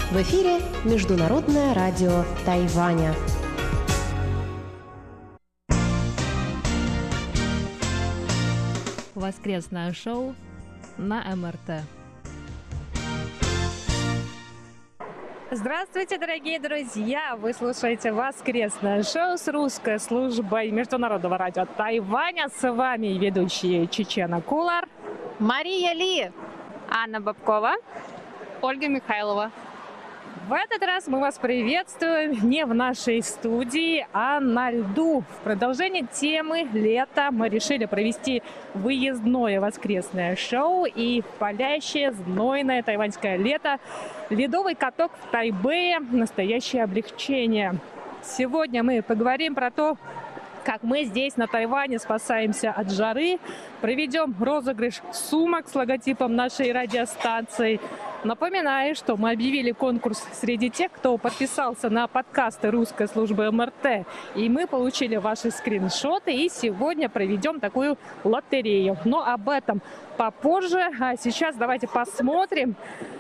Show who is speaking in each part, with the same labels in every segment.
Speaker 1: В эфире Международное радио Тайваня.
Speaker 2: Воскресное шоу на МРТ. Здравствуйте, дорогие друзья! Вы слушаете воскресное шоу с русской службой Международного радио Тайваня. С вами ведущие Чечена Кулар,
Speaker 3: Мария Ли,
Speaker 4: Анна Бабкова,
Speaker 3: Ольга Михайлова.
Speaker 2: В этот раз мы вас приветствуем не в нашей студии, а на льду. В продолжение темы лета мы решили провести выездное воскресное шоу и в палящее, знойное тайваньское лето ледовый каток в Тайбэе – настоящее облегчение. Сегодня мы поговорим про то, как мы здесь на Тайване спасаемся от жары, проведем розыгрыш сумок с логотипом нашей радиостанции. Напоминаю, что мы объявили конкурс среди тех, кто подписался на подкасты русской службы МРТ. И мы получили ваши скриншоты и сегодня проведем такую лотерею. Но об этом попозже. А сейчас давайте посмотрим.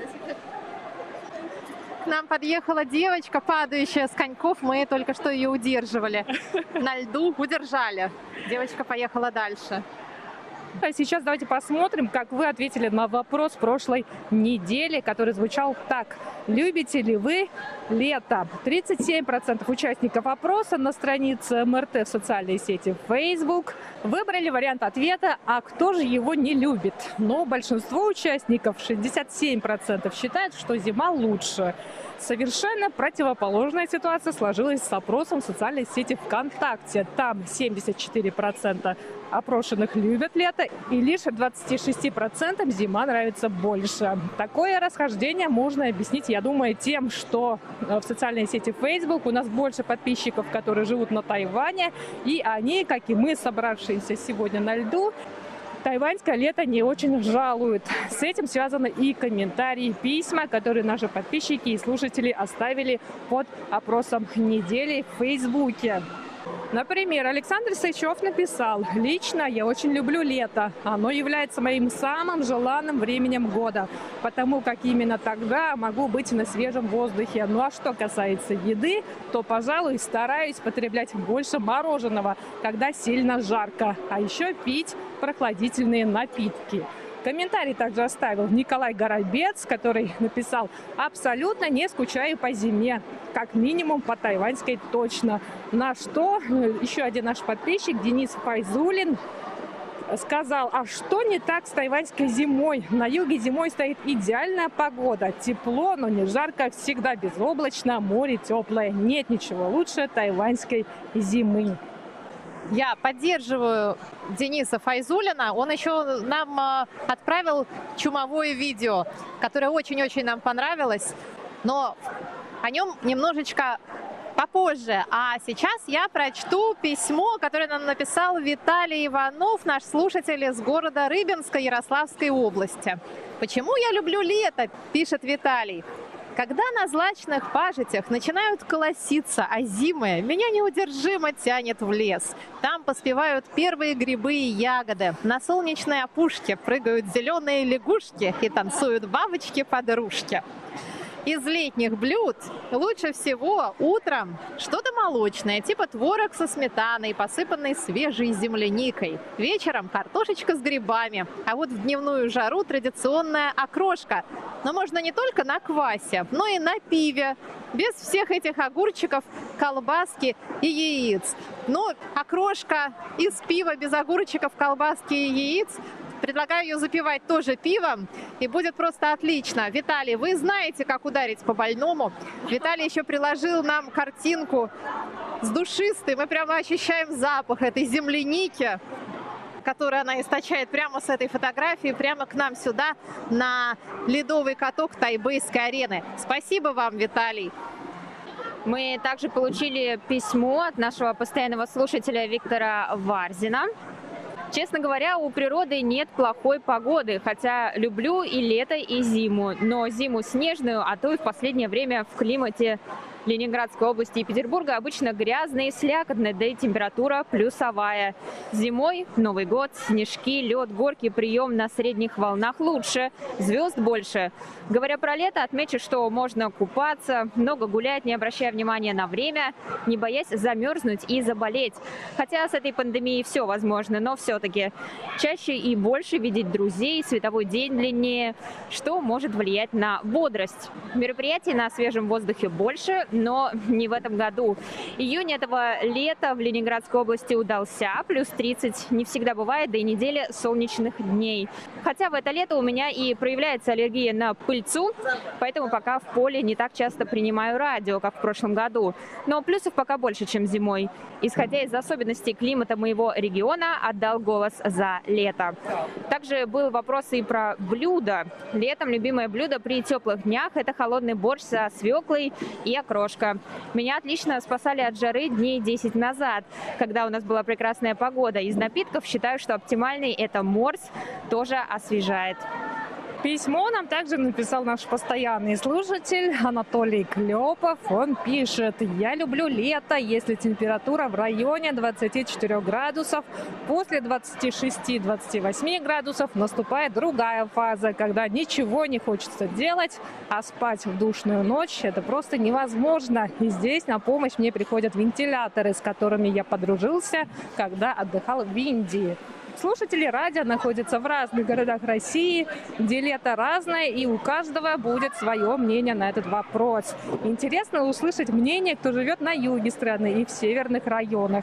Speaker 3: К нам подъехала девочка, падающая с коньков. Мы только что ее удерживали. На льду удержали. Девочка поехала дальше.
Speaker 2: А сейчас давайте посмотрим, как вы ответили на вопрос прошлой недели, который звучал так. Любите ли вы лето? 37% участников опроса на странице МРТ в социальной сети Facebook выбрали вариант ответа «А кто же его не любит?». Но большинство участников, 67%, считают, что зима лучше. Совершенно противоположная ситуация сложилась с опросом в социальной сети ВКонтакте. Там 74% опрошенных любят лето, и лишь 26% зима нравится больше. Такое расхождение можно объяснить, я думаю, тем, что в социальной сети Facebook у нас больше подписчиков, которые живут на Тайване, и они, как и мы, собравшиеся сегодня на льду, тайваньское лето не очень жалуют. С этим связаны и комментарии, письма, которые наши подписчики и слушатели оставили под опросом недели в Фейсбуке. Например, Александр Сычев написал: «Лично я очень люблю лето. Оно является моим самым желанным временем года, потому как именно тогда могу быть на свежем воздухе. Ну а что касается еды, то, пожалуй, стараюсь потреблять больше мороженого, когда сильно жарко, а еще пить прохладительные напитки». Комментарий также оставил Николай Горобец, который написал: «Абсолютно не скучаю по зиме, как минимум по тайваньской точно». На что еще один наш подписчик Денис Файзулин сказал: «А что не так с тайваньской зимой? На юге зимой стоит идеальная погода. Тепло, но не жарко, всегда безоблачно, море теплое. Нет ничего лучше тайваньской зимы».
Speaker 3: Я поддерживаю Дениса Файзулина. Он еще нам отправил чумовое видео, которое очень-очень нам понравилось. Но о нем немножечко попозже. А сейчас я прочту письмо, которое нам написал Виталий Иванов, наш слушатель из города Рыбинска Ярославской области. «Почему я люблю лето?» – пишет Виталий. «Когда на злачных пажитях начинают колоситься озимые, меня неудержимо тянет в лес. Там поспевают первые грибы и ягоды. На солнечной опушке прыгают зеленые лягушки и танцуют бабочки-подружки. Из летних блюд лучше всего утром что-то молочное, типа творог со сметаной, посыпанный свежей земляникой. Вечером картошечка с грибами. А вот в дневную жару традиционная окрошка. Но можно не только на квасе, но и на пиве. Без всех этих огурчиков, колбаски и яиц. Но окрошка из пива без огурчиков, колбаски и яиц. Предлагаю ее запивать тоже пивом, и будет просто отлично. Виталий, вы знаете, как ударить по больному. Виталий еще приложил нам картинку с душистой. Мы прямо ощущаем запах этой земляники, которую она источает прямо с этой фотографии, прямо к нам сюда, на ледовый каток Тайбэйской арены. Спасибо вам, Виталий.
Speaker 4: Мы также получили письмо от нашего постоянного слушателя Виктора Варзина. Честно говоря, у природы нет плохой погоды, хотя люблю и лето, и зиму. Но зиму снежную, а то и в последнее время в климате Ленинградской области и Петербурга обычно грязно и слякотно, да и температура плюсовая. Зимой Новый год, снежки, лед, горки, прием на средних волнах лучше, звезд больше. Говоря про лето, отмечу, что можно купаться, много гулять, не обращая внимания на время, не боясь замерзнуть и заболеть. Хотя с этой пандемией все возможно, но все-таки чаще и больше видеть друзей, световой день длиннее, что может влиять на бодрость. Мероприятий на свежем воздухе больше, но не в этом году. Июнь этого лета в Ленинградской области удался, плюс 30 не всегда бывает, да и неделя солнечных дней. Хотя в это лето у меня и проявляется аллергия на пыльцу, поэтому пока в поле не так часто принимаю радио, как в прошлом году. Но плюсов пока больше, чем зимой. Исходя из особенностей климата моего региона, отдал голос за лето. Также был вопрос и про блюда. Летом любимое блюдо при теплых днях – это холодный борщ со свеклой и окрошка. Меня отлично спасали от жары дней 10 назад, когда у нас была прекрасная погода. Из напитков считаю, что оптимальный – это морс, тоже освежает.
Speaker 2: Письмо нам также написал наш постоянный слушатель Анатолий Клепов. Он пишет: «Я люблю лето, если температура в районе 24 градусов. После 26-28 градусов наступает другая фаза, когда ничего не хочется делать, а спать в душную ночь – это просто невозможно. И здесь на помощь мне приходят вентиляторы, с которыми я подружился, когда отдыхал в Индии». Слушатели радио находятся в разных городах России, где лето разное, и у каждого будет свое мнение на этот вопрос. Интересно услышать мнение, кто живет на юге страны и в северных районах.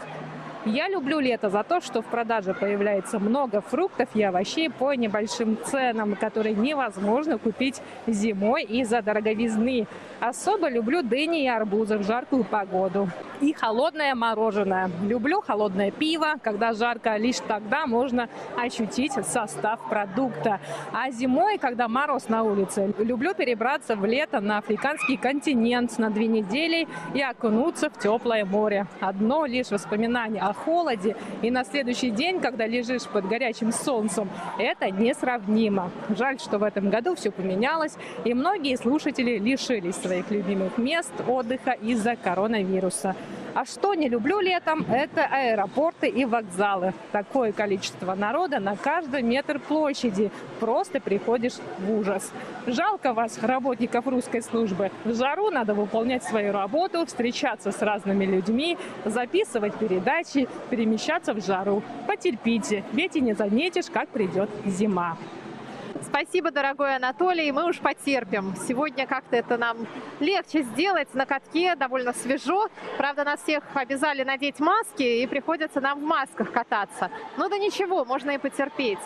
Speaker 2: Я люблю лето за то, что в продаже появляется много фруктов и овощей по небольшим ценам, которые невозможно купить зимой из-за дороговизны. Особо люблю дыни и арбузы в жаркую погоду. И холодное мороженое. Люблю холодное пиво, когда жарко, лишь тогда можно ощутить состав продукта. А зимой, когда мороз на улице, люблю перебраться в лето на африканский континент на 2 недели и окунуться в теплое море. Одно лишь воспоминание о холоде и на следующий день, когда лежишь под горячим солнцем, это несравнимо. Жаль, что в этом году все поменялось, и многие слушатели лишились своих любимых мест отдыха из-за коронавируса. А что не люблю летом, это аэропорты и вокзалы. Такое количество народа на каждый метр площади. Просто приходишь в ужас. Жалко вас, работников русской службы. В жару надо выполнять свою работу, встречаться с разными людьми, записывать передачи, перемещаться в жару. Потерпите, ведь и не заметишь, как придет зима.
Speaker 3: Спасибо, дорогой Анатолий, мы уж потерпим. Сегодня как-то это нам легче сделать на катке, довольно свежо. Правда, нас всех обязали надеть маски, и приходится нам в масках кататься. Ну да ничего, можно и потерпеть.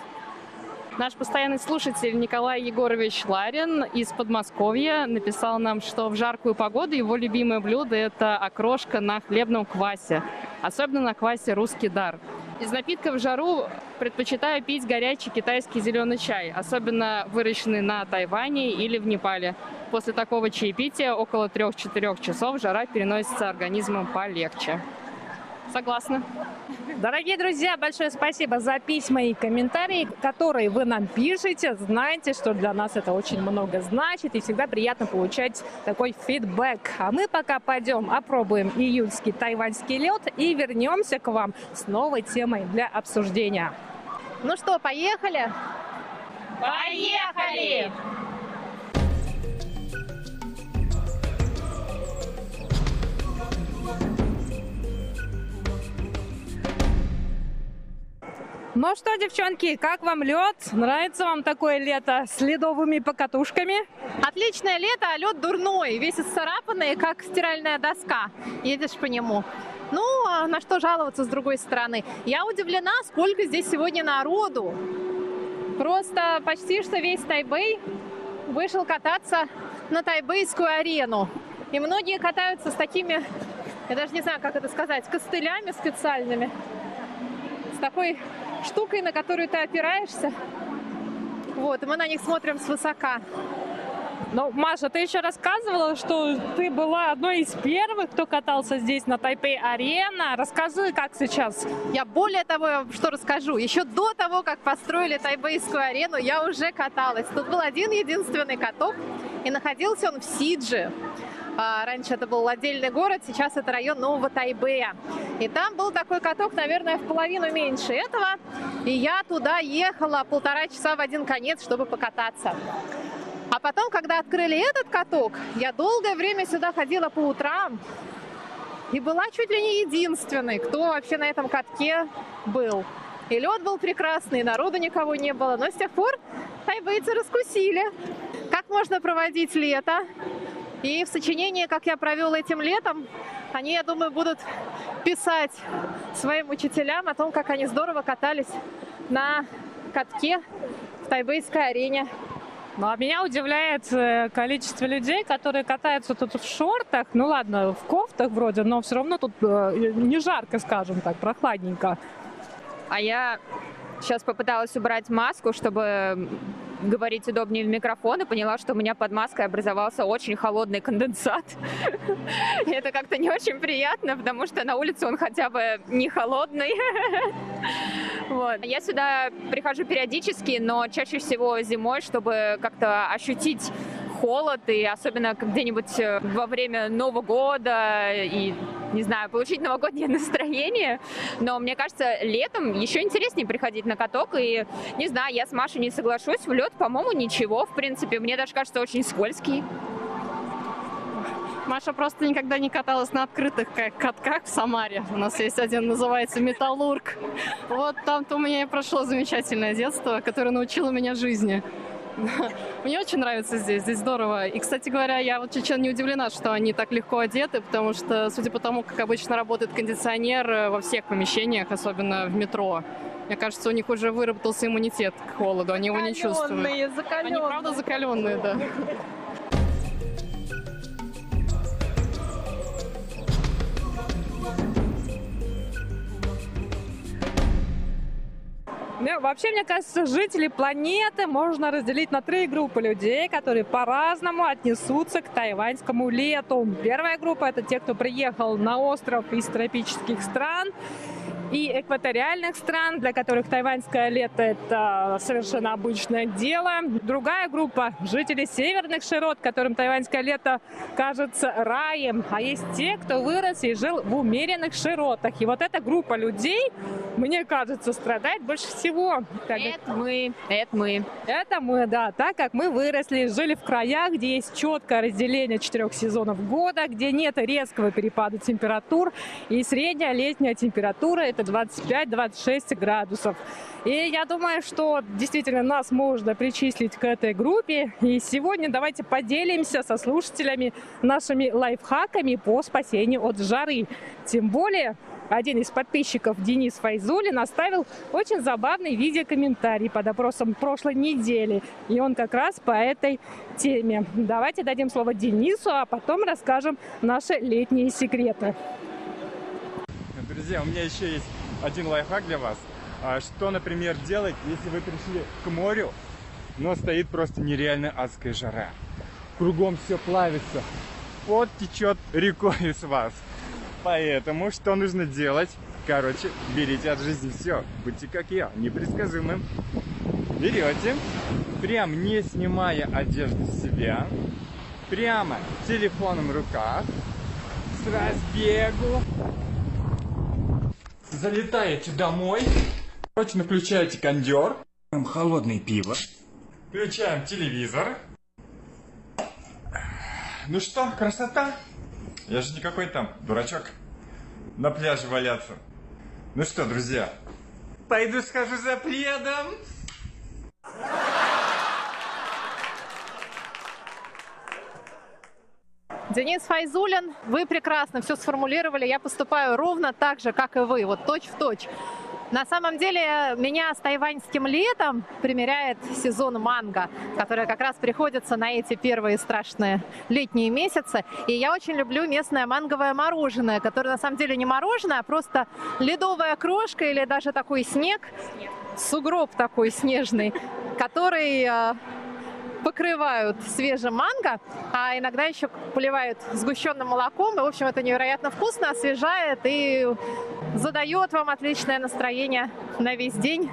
Speaker 5: Наш постоянный слушатель Николай Егорович Ларин из Подмосковья написал нам, что в жаркую погоду его любимое блюдо – это окрошка на хлебном квасе, особенно на квасе «Русский дар». Из напитков в жару предпочитаю пить горячий китайский зеленый чай, особенно выращенный на Тайване или в Непале. После такого чаепития около 3-4 часов жара переносится организмом полегче. Согласна.
Speaker 2: Дорогие друзья, большое спасибо за письма и комментарии, которые вы нам пишете. Знаете, что для нас это очень много значит, и всегда приятно получать такой фидбэк. А мы пока пойдем опробуем июльский тайваньский лед и вернемся к вам с новой темой для обсуждения.
Speaker 3: Ну что, поехали?
Speaker 4: Поехали!
Speaker 2: Ну что, девчонки, как вам лед? Нравится вам такое лето с ледовыми покатушками?
Speaker 3: Отличное лето, а лед дурной, весь исцарапанный, как стиральная доска. Едешь по нему. Ну, а на что жаловаться с другой стороны? Я удивлена, сколько здесь сегодня народу. Просто почти что весь Тайбэй вышел кататься на тайбэйскую арену. И многие катаются с такими, я даже не знаю, как это сказать, костылями специальными. С такой штукой, на которую ты опираешься. Вот, и мы на них смотрим свысока.
Speaker 2: Ну, Маша, ты еще рассказывала, что ты была одной из первых, кто катался здесь на Тайбэй-арена. Расскажи, как сейчас?
Speaker 3: Я более того, что расскажу. Еще до того, как построили тайбэйскую арену, я уже каталась. Тут был один единственный каток, и находился он в Сидже. Раньше это был отдельный город, сейчас это район Нового Тайбэя. И там был такой каток, наверное, в половину меньше этого. И я туда ехала 1,5 часа в один конец, чтобы покататься. А потом, когда открыли этот каток, я долгое время сюда ходила по утрам. И была чуть ли не единственной, кто вообще на этом катке был. И лед был прекрасный, и народу никого не было. Но с тех пор тайбэйцы раскусили, как можно проводить лето. И в сочинении, как я провел этим летом, они, я думаю, будут писать своим учителям о том, как они здорово катались на катке в тайбэйской арене.
Speaker 2: Ну, а меня удивляет количество людей, которые катаются тут в шортах. Ну ладно, в кофтах вроде, но все равно тут не жарко, скажем так, прохладненько.
Speaker 4: А я сейчас попыталась убрать маску, чтобы говорить удобнее в микрофон, и поняла, что у меня под маской образовался очень холодный конденсат. И это как-то не очень приятно, потому что на улице он хотя бы не холодный. Вот. Я сюда прихожу периодически, но чаще всего зимой, чтобы как-то ощутить холод, и особенно где-нибудь во время Нового года, и, не знаю, получить новогоднее настроение. Но мне кажется, летом еще интереснее приходить на каток, и, не знаю, я с Машей не соглашусь, в лед, по-моему, ничего, в принципе, мне даже кажется очень скользкий.
Speaker 5: Маша просто никогда не каталась на открытых катках в Самаре. У нас есть один, называется «Металлург». Вот там-то у меня и прошло замечательное детство, которое научило меня жизни. Мне очень нравится здесь здорово. И, кстати говоря, я вот чечен не удивлена, что они так легко одеты, потому что, судя по тому, как обычно работает кондиционер во всех помещениях, особенно в метро, мне кажется, у них уже выработался иммунитет к холоду, они его не чувствуют.
Speaker 3: Закаленные.
Speaker 5: Они правда закаленные, да.
Speaker 2: Ну, вообще, мне кажется, жителей планеты можно разделить на 3 группы людей, которые по-разному отнесутся к тайваньскому лету. Первая группа – это те, кто приехал на остров из тропических стран и экваториальных стран, для которых тайваньское лето – это совершенно обычное дело. Другая группа – жители северных широт, которым тайваньское лето кажется раем. А есть те, кто вырос и жил в умеренных широтах. И вот эта группа людей, мне кажется, страдает больше всего.
Speaker 4: Это мы.
Speaker 2: Это мы, да. Так как мы выросли, жили в краях, где есть четкое разделение 4 сезонов года, где нет резкого перепада температур, и средняя летняя температура – это 25-26 градусов. И я думаю, что действительно нас можно причислить к этой группе. И сегодня давайте поделимся со слушателями нашими лайфхаками по спасению от жары. Тем более, один из подписчиков, Денис Файзулин, оставил очень забавный видеокомментарий под опросом прошлой недели. И он как раз по этой теме. Давайте дадим слово Денису, а потом расскажем наши летние секреты.
Speaker 6: Друзья, у меня еще есть один лайфхак для вас. Что, например, делать, если вы пришли к морю, но стоит просто нереально адская жара. Кругом все плавится, пот течет рекой из вас. Поэтому что нужно делать? Короче, берите от жизни все. Будьте как я, непредсказуемым. Берете, прям не снимая одежду с себя, прямо телефоном в руках, с разбегу. Залетаете домой, срочно включаете кондер, холодное пиво, включаем телевизор. Ну что, красота? Я же не какой там дурачок на пляже валяться. Ну что, друзья, пойду схожу за пледом.
Speaker 3: Денис Файзулин, вы прекрасно все сформулировали. Я поступаю ровно так же, как и вы, вот точь-в-точь. На самом деле, меня с тайваньским летом примеряет сезон манго, который как раз приходится на эти первые страшные летние месяцы. И я очень люблю местное манговое мороженое, которое на самом деле не мороженое, а просто ледовая крошка или даже такой снег, сугроб такой снежный, который покрывают свежим манго, а иногда еще поливают сгущенным молоком. И, в общем, это невероятно вкусно, освежает и задает вам отличное настроение на весь день.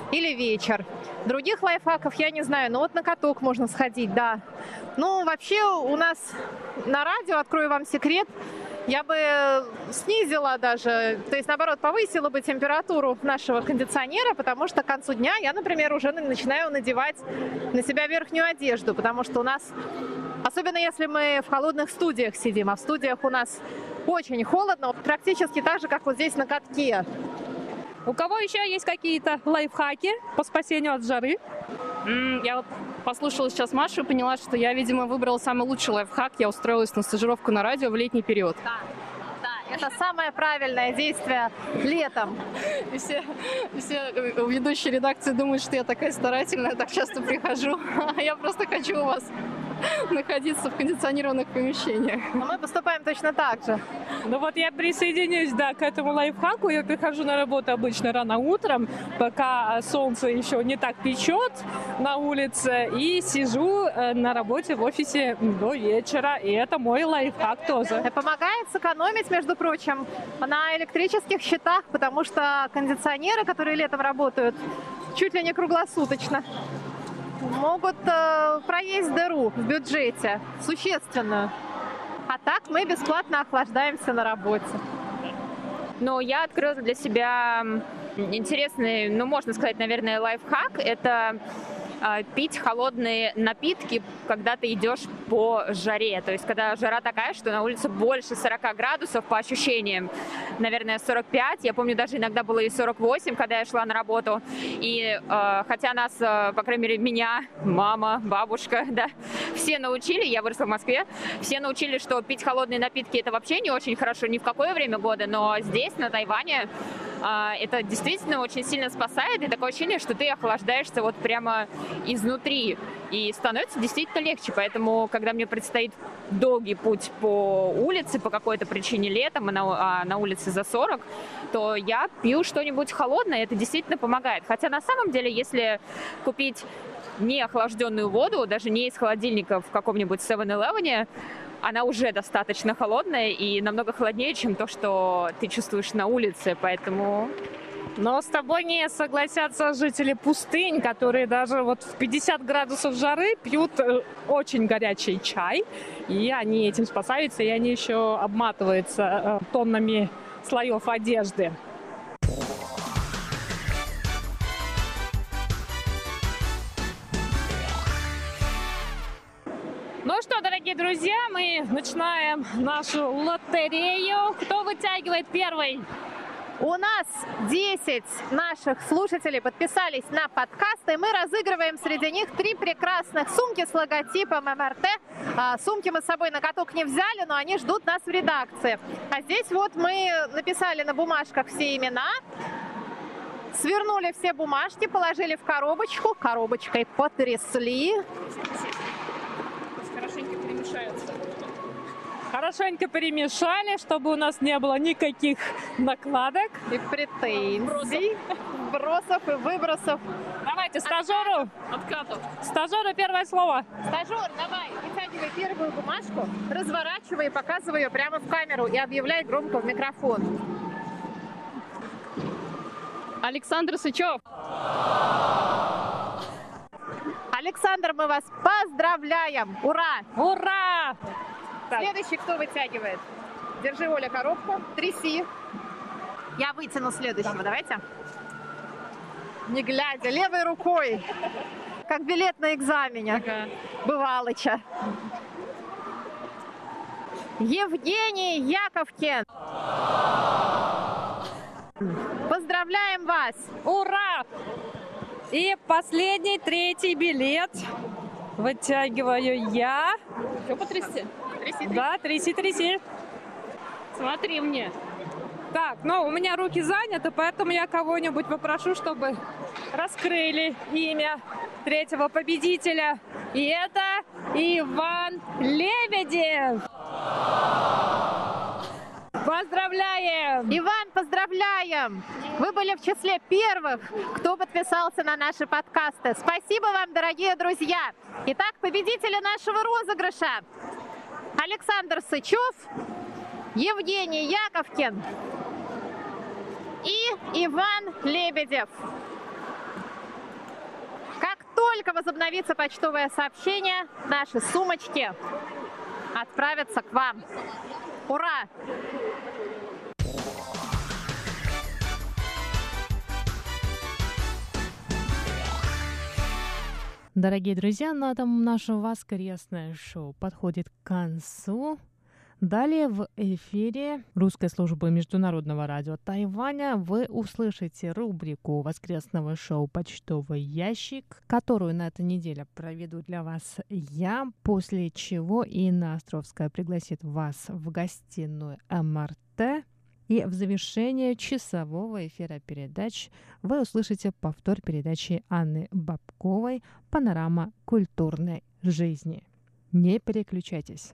Speaker 3: или вечер. Других лайфхаков я не знаю. Ну вот на каток можно сходить, да. Ну вообще у нас на радио, открою вам секрет, я бы снизила даже, то есть наоборот повысила бы температуру нашего кондиционера, потому что к концу дня я, например, уже начинаю надевать на себя верхнюю одежду, потому что у нас, особенно если мы в холодных студиях сидим, а в студиях у нас очень холодно, практически так же, как вот здесь на катке.
Speaker 2: У кого еще есть какие-то лайфхаки по спасению от жары?
Speaker 5: Я вот послушала сейчас Машу и поняла, что я, видимо, выбрала самый лучший лайфхак. Я устроилась на стажировку на радио в летний период.
Speaker 3: Да, это самое правильное действие летом.
Speaker 5: И все ведущие редакции думают, что я такая старательная, так часто прихожу. А я просто хочу у вас находиться в кондиционированных помещениях.
Speaker 3: Но мы поступаем точно так же.
Speaker 2: Ну вот я присоединюсь, да, к этому лайфхаку. Я прихожу на работу обычно рано утром, пока солнце еще не так печет на улице, и сижу на работе в офисе до вечера. И это мой лайфхак тоже.
Speaker 3: Помогает сэкономить, между прочим, на электрических счетах, потому что кондиционеры, которые летом работают чуть ли не круглосуточно, могут проесть дыру в бюджете существенную. А так мы бесплатно охлаждаемся на работе.
Speaker 4: Но я открыла для себя интересный, ну, можно сказать, наверное, лайфхак. Это пить холодные напитки, когда ты идешь по жаре. То есть, когда жара такая, что на улице больше 40 градусов по ощущениям. Наверное, 45. Я помню, даже иногда было и 48, когда я шла на работу. И хотя нас, по крайней мере, меня, мама, бабушка, да, все научили, я выросла в Москве, все научили, что пить холодные напитки — это вообще не очень хорошо ни в какое время года, но здесь, на Тайване, это действительно очень сильно спасает, и такое ощущение, что ты охлаждаешься вот прямо изнутри, и становится действительно легче. Поэтому, когда мне предстоит долгий путь по улице по какой-то причине летом, а на улице за 40, то я пью что-нибудь холодное, это действительно помогает. Хотя на самом деле, если купить не охлажденную воду, даже не из холодильника в каком-нибудь 7-Eleven, она уже достаточно холодная и намного холоднее, чем то, что ты чувствуешь на улице, поэтому...
Speaker 2: Но с тобой не согласятся жители пустынь, которые даже вот в 50 градусов жары пьют очень горячий чай, и они этим спасаются, и они еще обматываются тоннами слоев одежды. Ну что, дорогие друзья, мы начинаем нашу лотерею. Кто вытягивает первый?
Speaker 3: У нас 10 наших слушателей подписались на подкасты, и мы разыгрываем среди них 3 прекрасных сумки с логотипом МРТ. Сумки мы с собой на каток не взяли, но они ждут нас в редакции. А здесь вот мы написали на бумажках все имена, свернули все бумажки, положили в коробочку, коробочкой потрясли.
Speaker 5: Хорошенько перемешаются.
Speaker 2: Хорошенько перемешали, чтобы у нас не было никаких накладок
Speaker 3: И претензий, вбросов и выбросов.
Speaker 2: Давайте стажеру.
Speaker 5: Откатов.
Speaker 2: Стажеру первое слово.
Speaker 3: Стажер, давай, вытягивай первую бумажку, разворачивай и показывай ее прямо в камеру и объявляй громко в микрофон.
Speaker 5: Александр Сычев.
Speaker 3: Александр, мы вас поздравляем! Ура!
Speaker 2: Ура! Так.
Speaker 3: Следующий кто вытягивает? Держи, Оля, коробку, тряси. Я вытяну следующего, давайте. Не глядя, левой рукой, как билет на экзамене. Бывалыча. Евгений Яковкин. Поздравляем вас!
Speaker 2: Ура! И последний, третий билет вытягиваю я.
Speaker 5: Что потрясти?
Speaker 2: Да, тряси.
Speaker 5: Смотри мне.
Speaker 2: Так, ну у меня руки заняты, поэтому я кого-нибудь попрошу, чтобы раскрыли имя третьего победителя. И это Иван Лебедев. Поздравляем!
Speaker 3: Иван, поздравляем! Вы были в числе первых, кто подписался на наши подкасты. Спасибо вам, дорогие друзья! Итак, победители нашего розыгрыша: Александр Сычев, Евгений Яковкин и Иван Лебедев. только возобновится почтовое сообщение, наши сумочки отправятся к вам. Ура!
Speaker 7: Дорогие друзья, на этом наше воскресное шоу подходит к концу. Далее в эфире русской службы Международного радио Тайваня вы услышите рубрику воскресного шоу «Почтовый ящик», которую на этой неделе проведу для вас я, после чего Инна Островская пригласит вас в гостиную МРТ. И в завершение часового эфира передач вы услышите повтор передачи Анны Бабковой «Панорама культурной жизни». Не переключайтесь.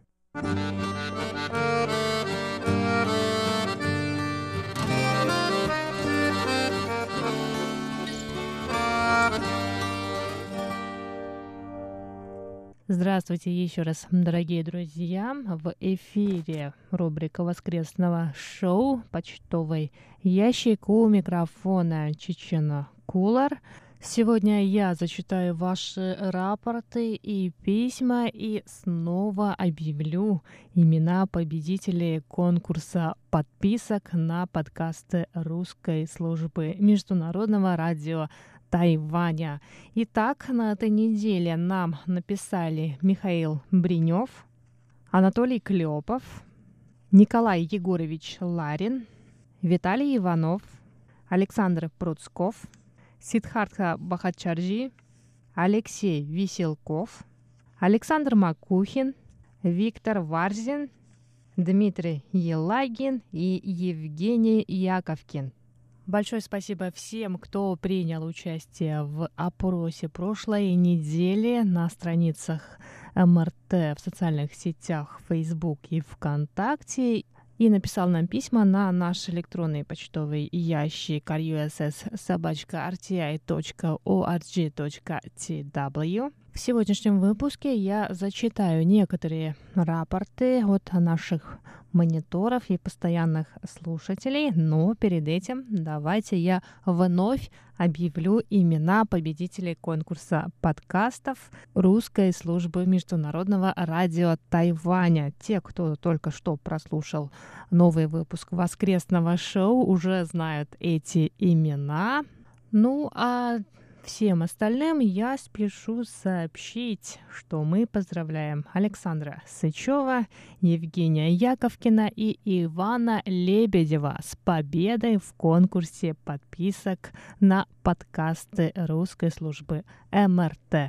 Speaker 7: Здравствуйте еще раз, дорогие друзья. В эфире рубрика воскресного шоу «Почтовый ящик», у микрофона Чечена Кулар. Сегодня я зачитаю ваши рапорты и письма и снова объявлю имена победителей конкурса подписок на подкасты русской службы Международного радио Тайваня. Итак, на этой неделе нам написали Михаил Бринев, Анатолий Клепов, Николай Егорович Ларин, Виталий Иванов, Александр Пруцков, Сиддхартха Бахачарджи, Алексей Веселков, Александр Макухин, Виктор Варзин, Дмитрий Елагин и Евгений Яковкин. Большое спасибо всем, кто принял участие в опросе прошлой недели на страницах МРТ в социальных сетях Facebook и ВКонтакте и написал нам письма на наш электронный почтовый ящик russ@rti.org.tw. В сегодняшнем выпуске я зачитаю некоторые рапорты от наших мониторов и постоянных слушателей, но перед этим давайте я вновь объявлю имена победителей конкурса подкастов русской службы Международного радио Тайваня. Те, кто только что прослушал новый выпуск воскресного шоу, уже знают эти имена. Ну, а всем остальным я спешу сообщить, что мы поздравляем Александра Сычева, Евгения Яковкина и Ивана Лебедева с победой в конкурсе подписок на подкасты русской службы МРТ.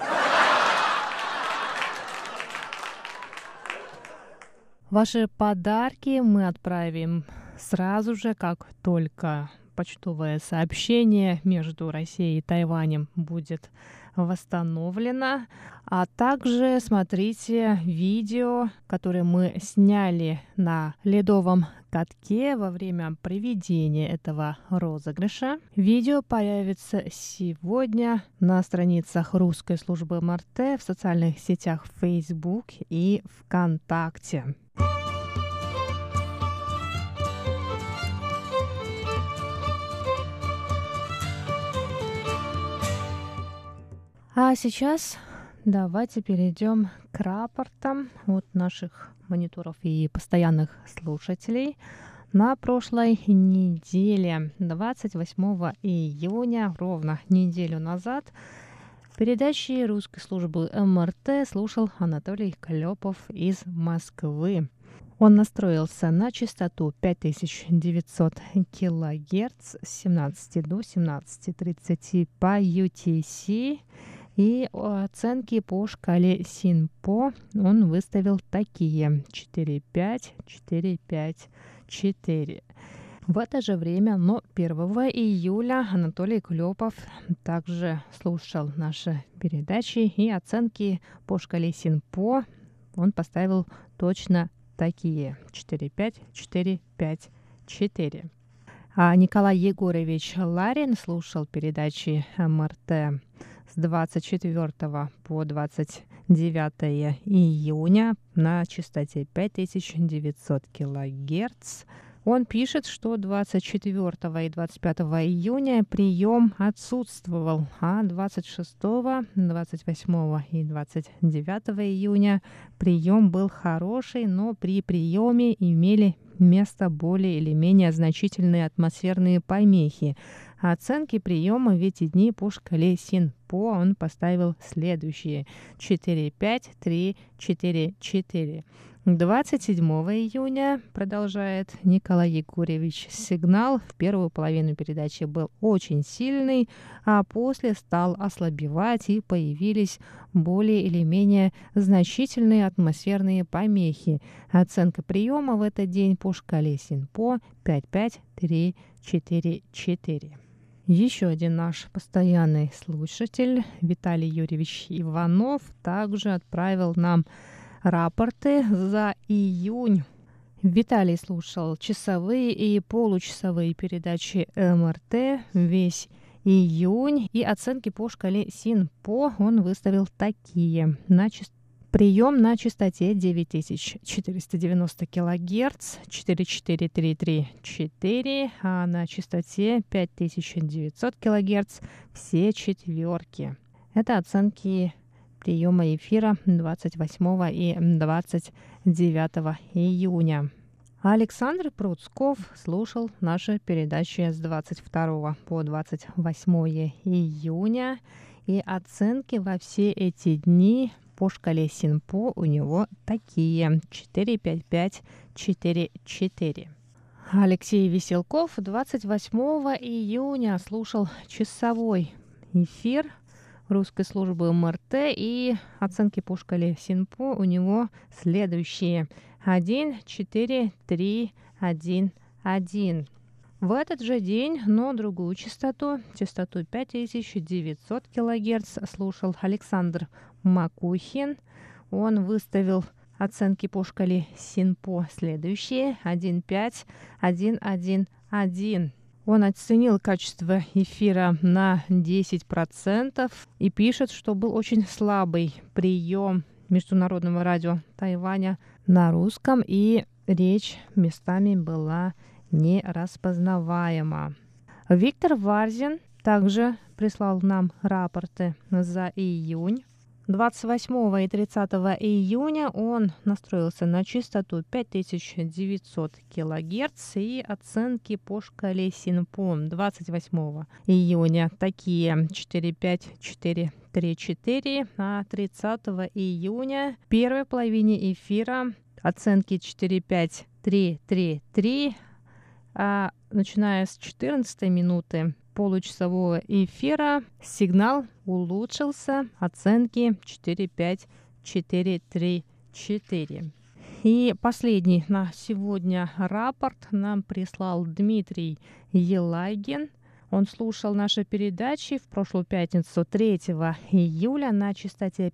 Speaker 7: Ваши подарки мы отправим сразу же, как только почтовое сообщение между Россией и Тайванем будет восстановлено. А также смотрите видео, которое мы сняли на ледовом катке во время проведения этого розыгрыша. Видео появится сегодня на страницах русской службы МРТ в социальных сетях Facebook и ВКонтакте. А сейчас давайте перейдем к рапортам от наших мониторов и постоянных слушателей. На прошлой неделе, 28 июня, ровно неделю назад, передачи русской службы МРТ слушал Анатолий Клепов из Москвы. Он настроился на частоту 5900 кГц с 17 до 17:30 по UTC. И оценки по шкале СИНПО он выставил такие: 4,5, 4,5, 4. В это же время, но 1 июля, Анатолий Клепов также слушал наши передачи, и оценки по шкале СИНПО он поставил точно такие: 4,5, 4,5, 4. А Николай Егорович Ларин слушал передачи МРТ с 24 по 29 июня на частоте 5900 кГц Он пишет, что 24 и 25 июня прием отсутствовал, а 26, 28 и 29 июня прием был хороший, но при приеме имели место более или менее значительные атмосферные помехи. Оценки приема в эти дни по шкале СИНПО он поставил следующие: 4,5, 3, 4, 4. 27 июня, продолжает Николай Егорович, сигнал в первую половину передачи был очень сильный, а после стал ослабевать и появились более или менее значительные атмосферные помехи. Оценка приема в этот день по шкале СИНПО 5,5, 3, 4, 4. Еще один наш постоянный слушатель, Виталий Юрьевич Иванов, также отправил нам рапорты за июнь. Виталий слушал часовые и получасовые передачи МРТ весь июнь, и оценки по шкале СИНПО он выставил такие. Прием на частоте 9490 кГц 44334, а на частоте 5900 кГц все четверки. Это оценки приема эфира 28 и 29 июня. Александр Пруцков слушал наши передачи с 22 по 28 июня, и оценки во все эти дни по шкале СИНПО у него такие: 4,5,5, 4,4. Алексей Веселков 28 июня слушал часовой эфир русской службы МРТ, и оценки по шкале СИНПО у него следующие: 1, 4, 3, 1, 1. В этот же день, но другую частоту 5900 кГц, слушал Александр Макухин. Он выставил оценки по шкале СИНПО следующие: 1,5, 1, 1, 1. Он оценил качество эфира на 10% и пишет, что был очень слабый прием Международного радио Тайваня на русском, и речь местами была нераспознаваема. Виктор Варзин также прислал нам рапорты за июнь. 28 и 30 июня он настроился на частоту 5900 кГц, и оценки по шкале СИНПО 28 июня такие: 4,5, 4, 3, 4, а 30 июня в первой половине эфира оценки 4,5, 3, 3, 3, а начиная с 14 минуты получасового эфира сигнал улучшился, оценки 4,5, 4, 3, 4. И последний на сегодня рапорт нам прислал Дмитрий Елагин. Он слушал наши передачи в прошлую пятницу 3 июля на частоте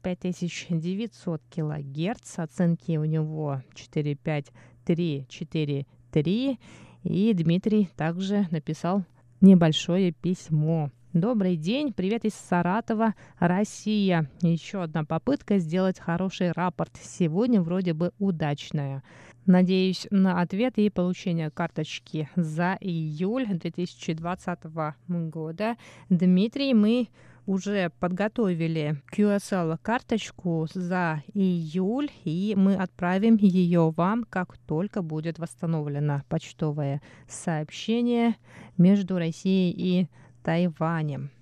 Speaker 7: 5900 кГц. Оценки у него 4,5, 3, 4, 3. И Дмитрий также написал небольшое письмо. Добрый день, привет из Саратова, Россия. Еще одна попытка сделать хороший рапорт. Сегодня вроде бы удачная. Надеюсь на ответ и получение карточки за июль 2020 года. Дмитрий, мы уже подготовили QSL-карточку за июль, и мы отправим ее вам, как только будет восстановлено почтовое сообщение между Россией и Тайванем.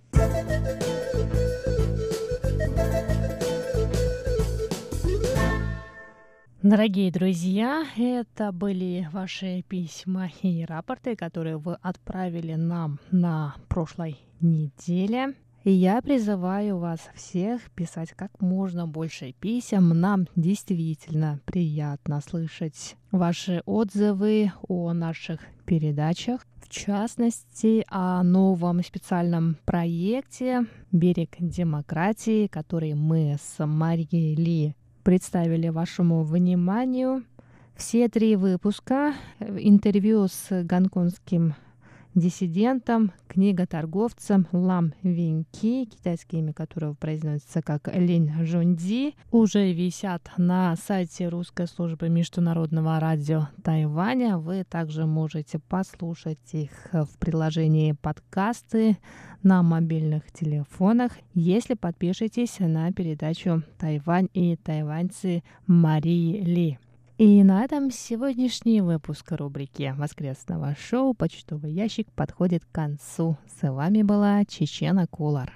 Speaker 7: Дорогие друзья, это были ваши письма и рапорты, которые вы отправили нам на прошлой неделе. И я призываю вас всех писать как можно больше писем. Нам действительно приятно слышать ваши отзывы о наших передачах. В частности, о новом специальном проекте «Берег демократии», который мы с Марией Ли представили вашему вниманию. Все 3 выпуска интервью с гонконгским диссидентом, книготорговцем Лам Виньки, китайское имя которого произносится как Линь Жунди, уже висят на сайте Русской службы международного радио Тайваня. Вы также можете послушать их в приложении подкасты на мобильных телефонах, если подпишетесь на передачу «Тайвань и тайваньцы» Марии Ли. И на этом сегодняшний выпуск рубрики воскресного шоу «Почтовый ящик» подходит к концу. С вами была Чечена Кулар.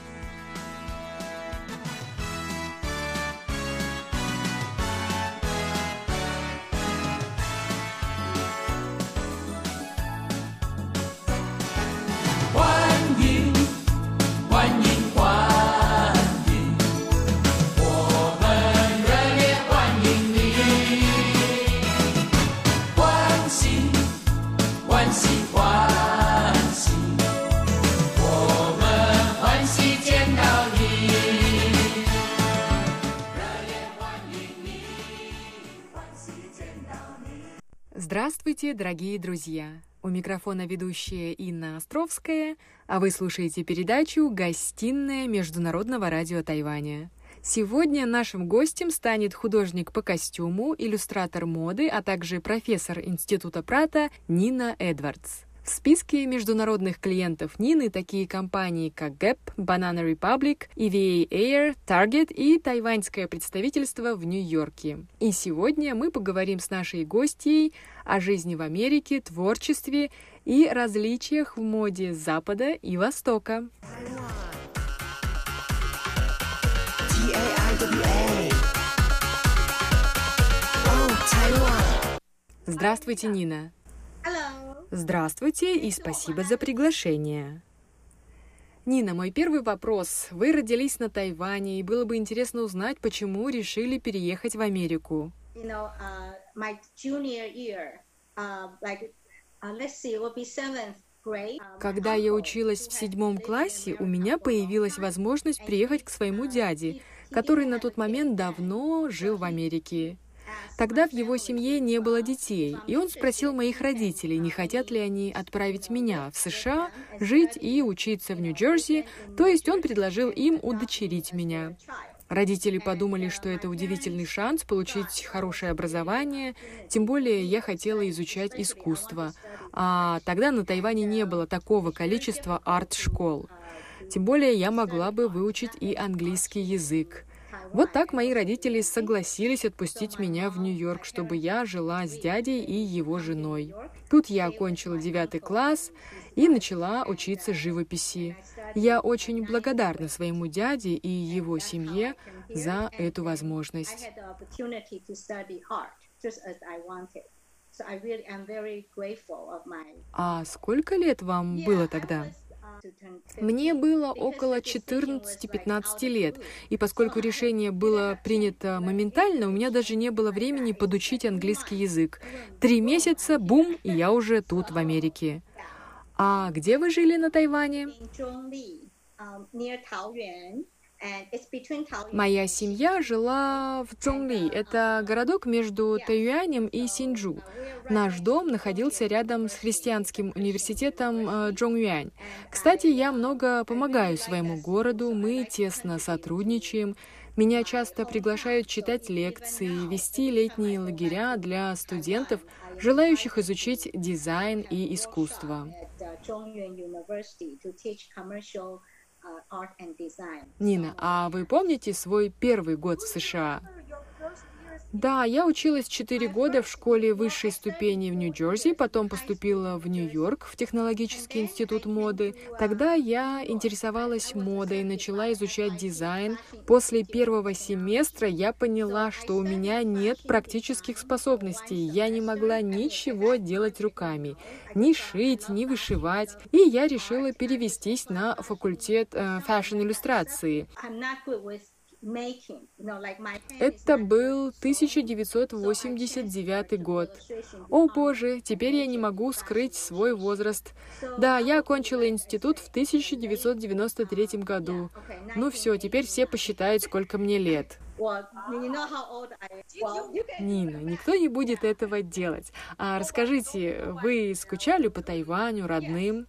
Speaker 8: Здравствуйте, дорогие друзья! У микрофона ведущая Инна Островская, а вы слушаете передачу «Гостиная Международного радио Тайваня». Сегодня нашим гостем станет художник по костюму, иллюстратор моды, а также профессор Института Пратта Нина Эдвардс. В списке международных клиентов Нины такие компании, как Gap, Banana Republic, EVA Air, Target и тайваньское представительство в Нью-Йорке. И сегодня мы поговорим с нашей гостьей о жизни в Америке, творчестве и различиях в моде Запада и Востока. Здравствуйте, Нина. Здравствуйте и спасибо за приглашение. Нина, мой первый вопрос. Вы родились на Тайване, и было бы интересно узнать, почему решили переехать в Америку. Когда я училась в 7 классе, у меня появилась возможность приехать к своему дяде, который на тот момент давно жил в Америке. Тогда в его семье не было детей, и он спросил моих родителей, не хотят ли они отправить меня в США жить и учиться в Нью-Джерси, то есть он предложил им удочерить меня. Родители подумали, что это удивительный шанс получить хорошее образование, тем более я хотела изучать искусство. А тогда на Тайване не было такого количества арт-школ. Тем более я могла бы выучить и английский язык. Вот так мои родители согласились отпустить меня в Нью-Йорк, чтобы я жила с дядей и его женой. Тут я окончила 9 класс и начала учиться живописи. Я очень благодарна своему дяде и его семье за эту возможность. А сколько лет вам было тогда? Мне было около 14-15 лет, и поскольку решение было принято моментально, у меня даже не было времени подучить английский язык. 3 месяца, бум, и я уже тут, в Америке. А где вы жили на Тайване? Моя семья жила в Чжунли. Это городок между Тайюанем и Синьчжу. Наш дом находился рядом с христианским университетом Чжонгюань. Кстати, я много помогаю своему городу, мы тесно сотрудничаем. Меня часто приглашают читать лекции, вести летние лагеря для студентов, желающих изучить дизайн и искусство. Нина, а вы помните свой первый год в США? Да, я училась 4 года в школе высшей ступени в Нью-Джерси, потом поступила в Нью-Йорк, в технологический институт моды. Тогда я интересовалась модой, начала изучать дизайн. После первого семестра я поняла, что у меня нет практических способностей. Я не могла ничего делать руками, ни шить, ни вышивать. И я решила перевестись на факультет фэшн-иллюстрации. Это был 1989 год. О боже, теперь я не могу скрыть свой возраст. Да, я окончила институт в 1993 году. Ну все, теперь все посчитают, сколько мне лет. Нина, никто не будет этого делать. А расскажите, вы скучали по Тайваню, родным?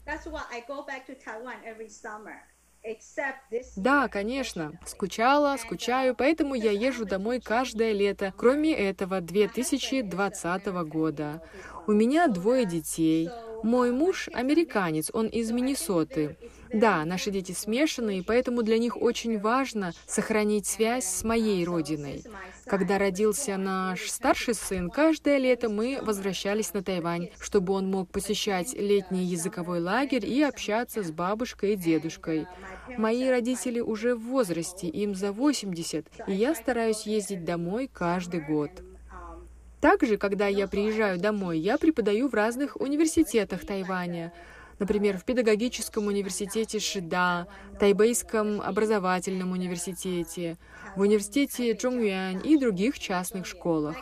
Speaker 8: Да, конечно. Скучаю, поэтому я езжу домой каждое лето, кроме этого 2020 года. У меня 2 детей. Мой муж американец, он из Миннесоты. Да, наши дети смешанные, поэтому для них очень важно сохранить связь с моей родиной. Когда родился наш старший сын, каждое лето мы возвращались на Тайвань, чтобы он мог посещать летний языковой лагерь и общаться с бабушкой и дедушкой. Мои родители уже в возрасте, им за 80, и я стараюсь ездить домой каждый год. Также, когда я приезжаю домой, я преподаю в разных университетах Тайваня. Например, в педагогическом университете Шида, Тайбэйском образовательном университете, в университете Чжонгюань и других частных школах.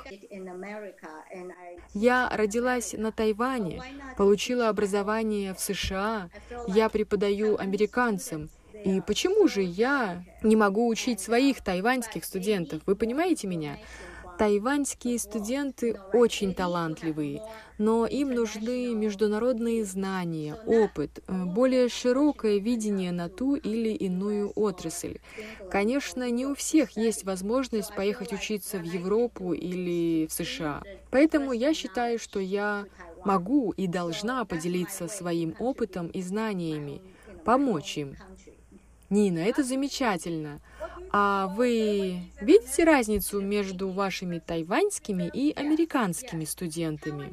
Speaker 8: Я родилась на Тайване, получила образование в США, я преподаю американцам. И почему же я не могу учить своих тайваньских студентов? Вы понимаете меня? Тайваньские студенты очень талантливые, но им нужны международные знания, опыт, более широкое видение на ту или иную отрасль. Конечно, не у всех есть возможность поехать учиться в Европу или в США. Поэтому я считаю, что я могу и должна поделиться своим опытом и знаниями, помочь им. Нина, это замечательно. А вы видите разницу между вашими тайваньскими и американскими студентами?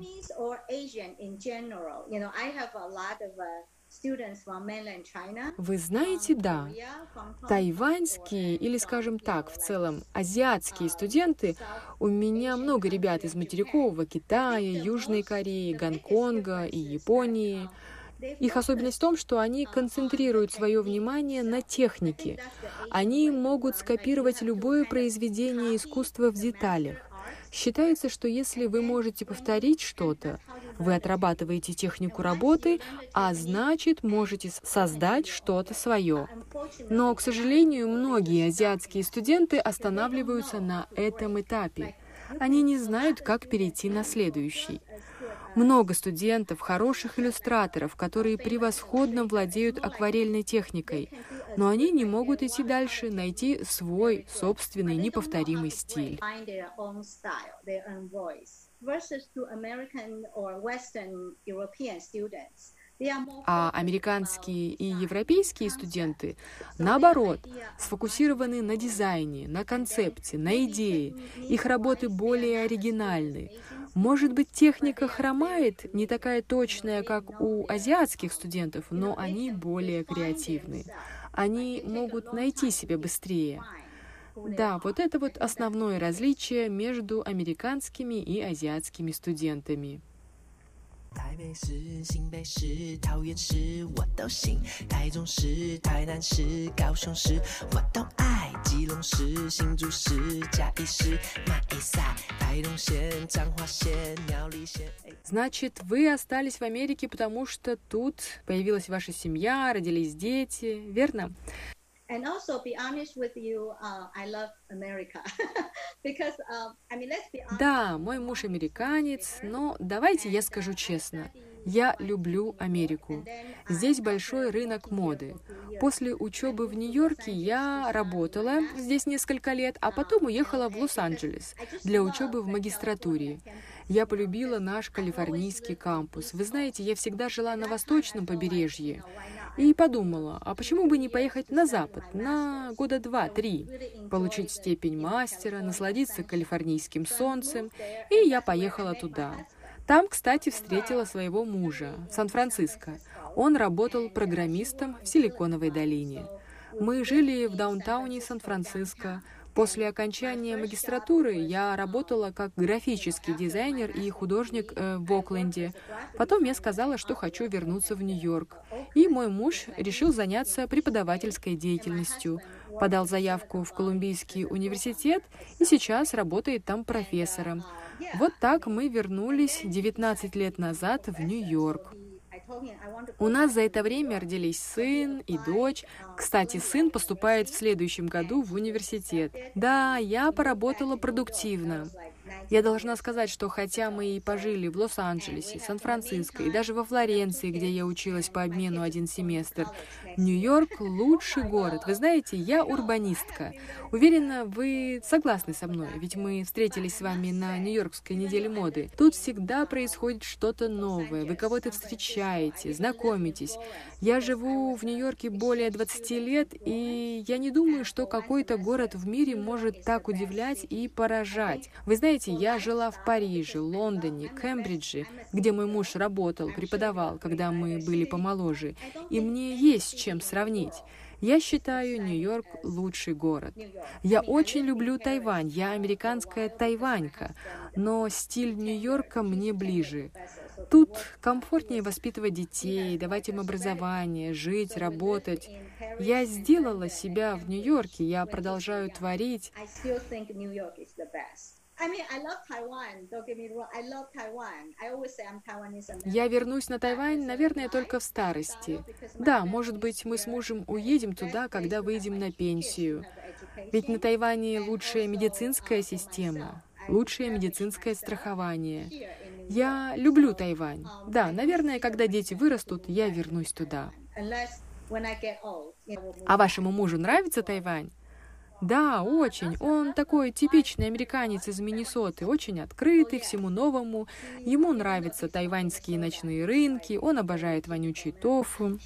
Speaker 8: Вы знаете, да, тайваньские или, скажем так, в целом азиатские студенты, у меня много ребят из материкового Китая, Южной Кореи, Гонконга и Японии. Их особенность в том, что они концентрируют свое внимание на технике. Они могут скопировать любое произведение искусства в деталях. Считается, что если вы можете повторить что-то, вы отрабатываете технику работы, а значит, можете создать что-то свое. Но, к сожалению, многие азиатские студенты останавливаются на этом этапе. Они не знают, как перейти на следующий. Много студентов, хороших иллюстраторов, которые превосходно владеют акварельной техникой, но они не могут идти дальше, найти свой собственный неповторимый стиль. А американские и европейские студенты, наоборот, сфокусированы на дизайне, на концепте, на идее. Их работы более оригинальны. Может быть, техника хромает, не такая точная, как у азиатских студентов, но они более креативны. Они могут найти себя быстрее. Да, вот это вот основное различие между американскими и азиатскими студентами. 台北市、新北市、桃园市我都行，台中市、台南市、高雄市我都爱，基隆市、新竹市、嘉义市、马鞍山、台东县、彰化县、苗栗县. Значит, вы остались в Америке, потому что тут появилась ваша семья, родились дети, верно? And also, be honest with you, I love America. Because, let's be honest. Да, мой муж американец, но давайте я скажу честно. Я люблю Америку. Здесь большой рынок моды. После учебы в Нью-Йорке я работала здесь несколько лет, а потом уехала в Лос-Анджелес для учебы в магистратуре. Я полюбила наш калифорнийский кампус. Вы знаете, я всегда жила на восточном побережье. И подумала, а почему бы не поехать на запад, на года 2-3, получить степень мастера, насладиться калифорнийским солнцем, и я поехала туда. Там, кстати, встретила своего мужа в Сан-Франциско. Он работал программистом в Силиконовой долине. Мы жили в даунтауне Сан-Франциско. После окончания магистратуры я работала как графический дизайнер и художник в Окленде. Потом я сказала, что хочу вернуться в Нью-Йорк. И мой муж решил заняться преподавательской деятельностью. Подал заявку в Колумбийский университет и сейчас работает там профессором. Вот так мы вернулись 19 лет назад в Нью-Йорк. У нас за это время родились сын и дочь. Кстати, сын поступает в следующем году в университет. Да, я поработала продуктивно. Я должна сказать, что хотя мы и пожили в Лос-Анджелесе, Сан-Франциско и даже во Флоренции, где я училась по обмену 1 семестр, Нью-Йорк — лучший город. Вы знаете, я урбанистка. Уверена, вы согласны со мной, ведь мы встретились с вами на Нью-Йоркской неделе моды. Тут всегда происходит что-то новое, вы кого-то встречаете, знакомитесь. Я живу в Нью-Йорке более 20 лет, и я не думаю, что какой-то город в мире может так удивлять и поражать. Вы знаете, я жила в Париже, Лондоне, Кембридже, где мой муж работал, преподавал, когда мы были помоложе, и мне есть с чем сравнить. Я считаю Нью-Йорк лучший город. Я очень люблю Тайвань, я американская тайванька, но стиль Нью-Йорка мне ближе. Тут комфортнее воспитывать детей, давать им образование, жить, работать. Я сделала себя в Нью-Йорке, я продолжаю творить. Я вернусь на Тайвань, наверное, только в старости. Да, может быть, мы с мужем уедем туда, когда выйдем на пенсию. Ведь на Тайване лучшая медицинская система, лучшее медицинское страхование. Я люблю Тайвань. Да, наверное, когда дети вырастут, я вернусь туда. А вашему мужу нравится Тайвань? Да, очень. Он такой типичный американец из Миннесоты, очень открытый всему новому. Ему нравятся тайваньские ночные рынки, он обожает вонючий тофу.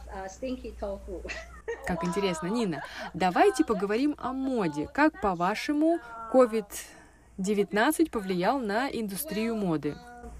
Speaker 8: Как интересно, Нина, давайте поговорим о моде. Как, по-вашему, COVID-19 повлиял на индустрию моды?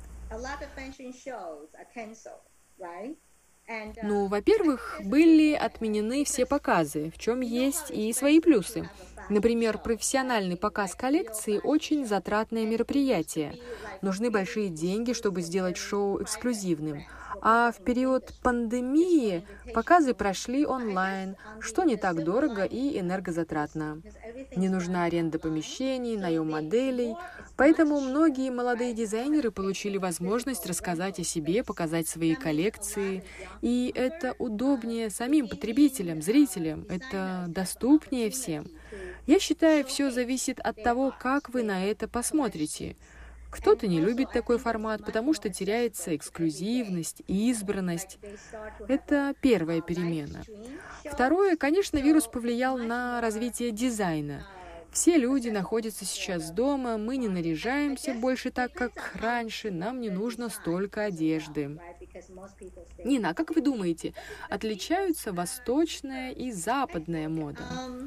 Speaker 8: Ну, во-первых, были отменены все показы, в чем есть и свои плюсы. Например, профессиональный показ коллекции – очень затратное мероприятие. Нужны большие деньги, чтобы сделать шоу эксклюзивным. А в период пандемии показы прошли онлайн, что не так дорого и энергозатратно. Не нужна аренда помещений, наем моделей. Поэтому многие молодые дизайнеры получили возможность рассказать о себе, показать свои коллекции. И это удобнее самим потребителям, зрителям. Это доступнее всем. Я считаю, все зависит от того, как вы на это посмотрите. Кто-то не любит такой формат, потому что теряется эксклюзивность, избранность. Это первая перемена. Второе, конечно, вирус повлиял на развитие дизайна. Все люди находятся сейчас дома, мы не наряжаемся больше так, как раньше, нам не нужно столько одежды. Нина, а как вы думаете, отличаются восточная и западная мода?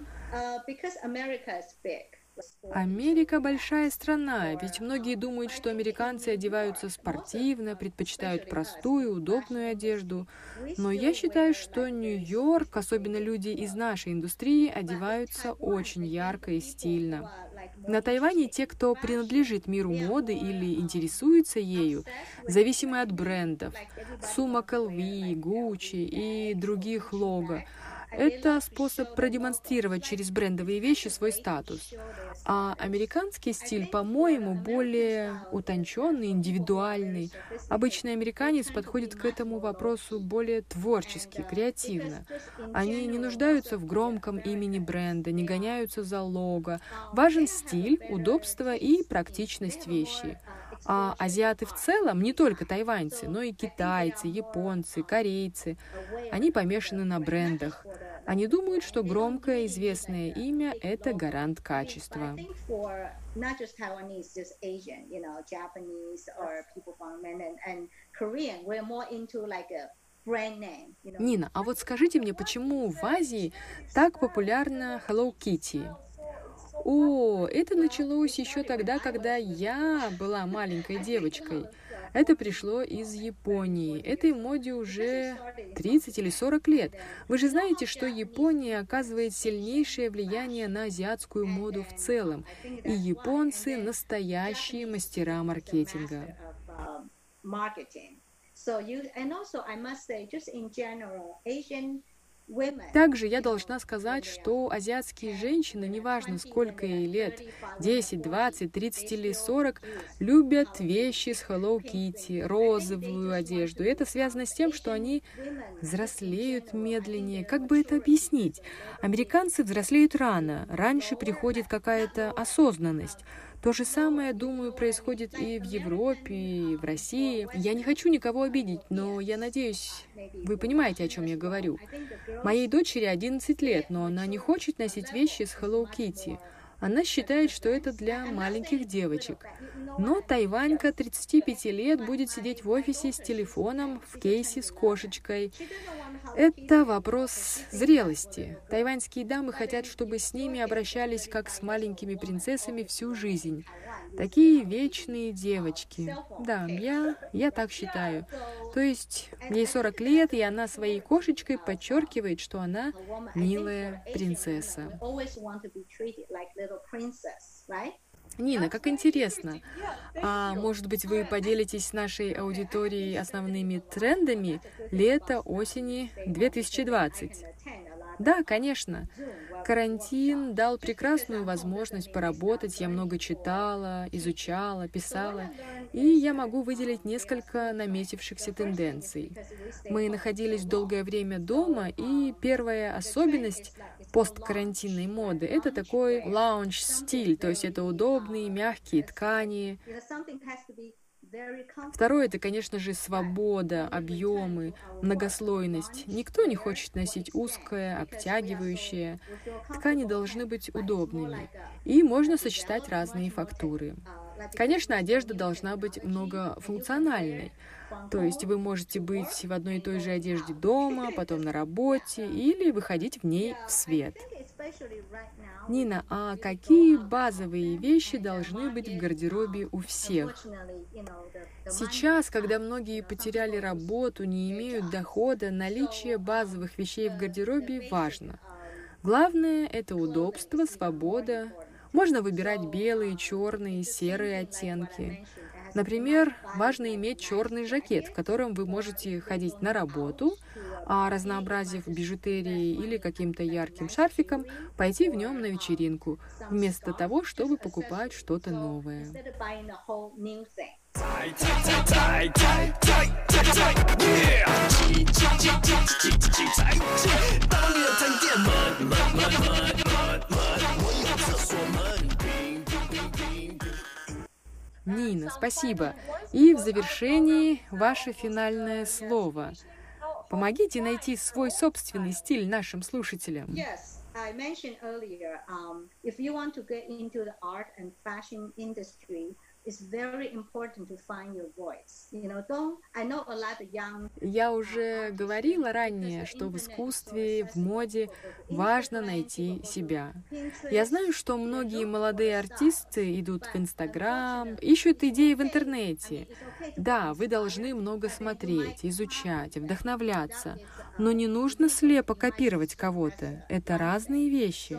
Speaker 8: Америка большая страна, ведь многие думают, что американцы одеваются спортивно, предпочитают простую, удобную одежду. Но я считаю, что Нью-Йорк, особенно люди из нашей индустрии, одеваются очень ярко и стильно. На Тайване те, кто принадлежит миру моды или интересуется ею, зависимы от брендов, сумок LV, Gucci и других лого. Это способ продемонстрировать через брендовые вещи свой статус. А американский стиль, по-моему, более утонченный, индивидуальный. Обычный американец подходит к этому вопросу более творчески, креативно. Они не нуждаются в громком имени бренда, не гоняются за лого. Важен стиль, удобство и практичность вещи. А азиаты в целом, не только тайваньцы, но и китайцы, японцы, корейцы, они помешаны на брендах. Они думают, что громкое известное имя – это гарант качества. Нина, а вот скажите мне, почему в Азии так популярна Hello Kitty? О, это началось еще тогда, когда я была маленькой девочкой. Это пришло из Японии. Этой моде уже 30 или 40 лет. Вы же знаете, что Япония оказывает сильнейшее влияние на азиатскую моду в целом. И японцы – настоящие мастера маркетинга. Также я должна сказать, что азиатские женщины, неважно сколько ей лет, 10, 20, 30 или 40, любят вещи с Hello Kitty, розовую одежду. И это связано с тем, что они взрослеют медленнее. Как бы это объяснить? Американцы взрослеют рано, раньше приходит какая-то осознанность. То же самое, думаю, происходит и в Европе, и в России. Я не хочу никого обидеть, но я надеюсь, вы понимаете, о чем я говорю. Моей дочери 11 лет, но она не хочет носить вещи с Hello Kitty. Она считает, что это для маленьких девочек. Но тайванька 35 лет будет сидеть в офисе с телефоном в кейсе с кошечкой. Это вопрос зрелости. Тайваньские дамы хотят, чтобы с ними обращались как с маленькими принцессами всю жизнь. Такие вечные девочки. Да, я так считаю. То есть ей 40 лет, и она своей кошечкой подчеркивает, что она милая принцесса. Нина, как интересно. А может быть, вы поделитесь с нашей аудиторией основными трендами лета-осени 2020? Да, конечно. Карантин дал прекрасную возможность поработать. Я много читала, изучала, писала. И я могу выделить несколько наметившихся тенденций. Мы находились долгое время дома, и первая особенность посткарантинной моды — это такой лаунж-стиль, то есть это удобные, мягкие ткани. Второе — это, конечно же, свобода, объемы, многослойность. Никто не хочет носить узкое, обтягивающее. Ткани должны быть удобными, и можно сочетать разные фактуры. Конечно, одежда должна быть многофункциональной. То есть вы можете быть в одной и той же одежде дома, потом на работе или выходить в ней в свет. Нина, а какие базовые вещи должны быть в гардеробе у всех? Сейчас, когда многие потеряли работу, не имеют дохода, наличие базовых вещей в гардеробе важно. Главное — это удобство, свобода. Можно выбирать белые, черные, серые оттенки. Например, важно иметь черный жакет, в котором вы можете ходить на работу, а разнообразив бижутерией или каким-то ярким шарфиком, пойти в нем на вечеринку, вместо того, чтобы покупать что-то новое. Нина, спасибо. И в завершении ваше финальное слово. Помогите найти свой собственный стиль нашим слушателям. Я уже говорила ранее, что в искусстве, в моде важно найти себя. Я знаю, что многие молодые артисты идут в Инстаграм, ищут идеи в интернете. Да, вы должны много смотреть, изучать, вдохновляться, но не нужно слепо копировать кого-то. Это разные вещи.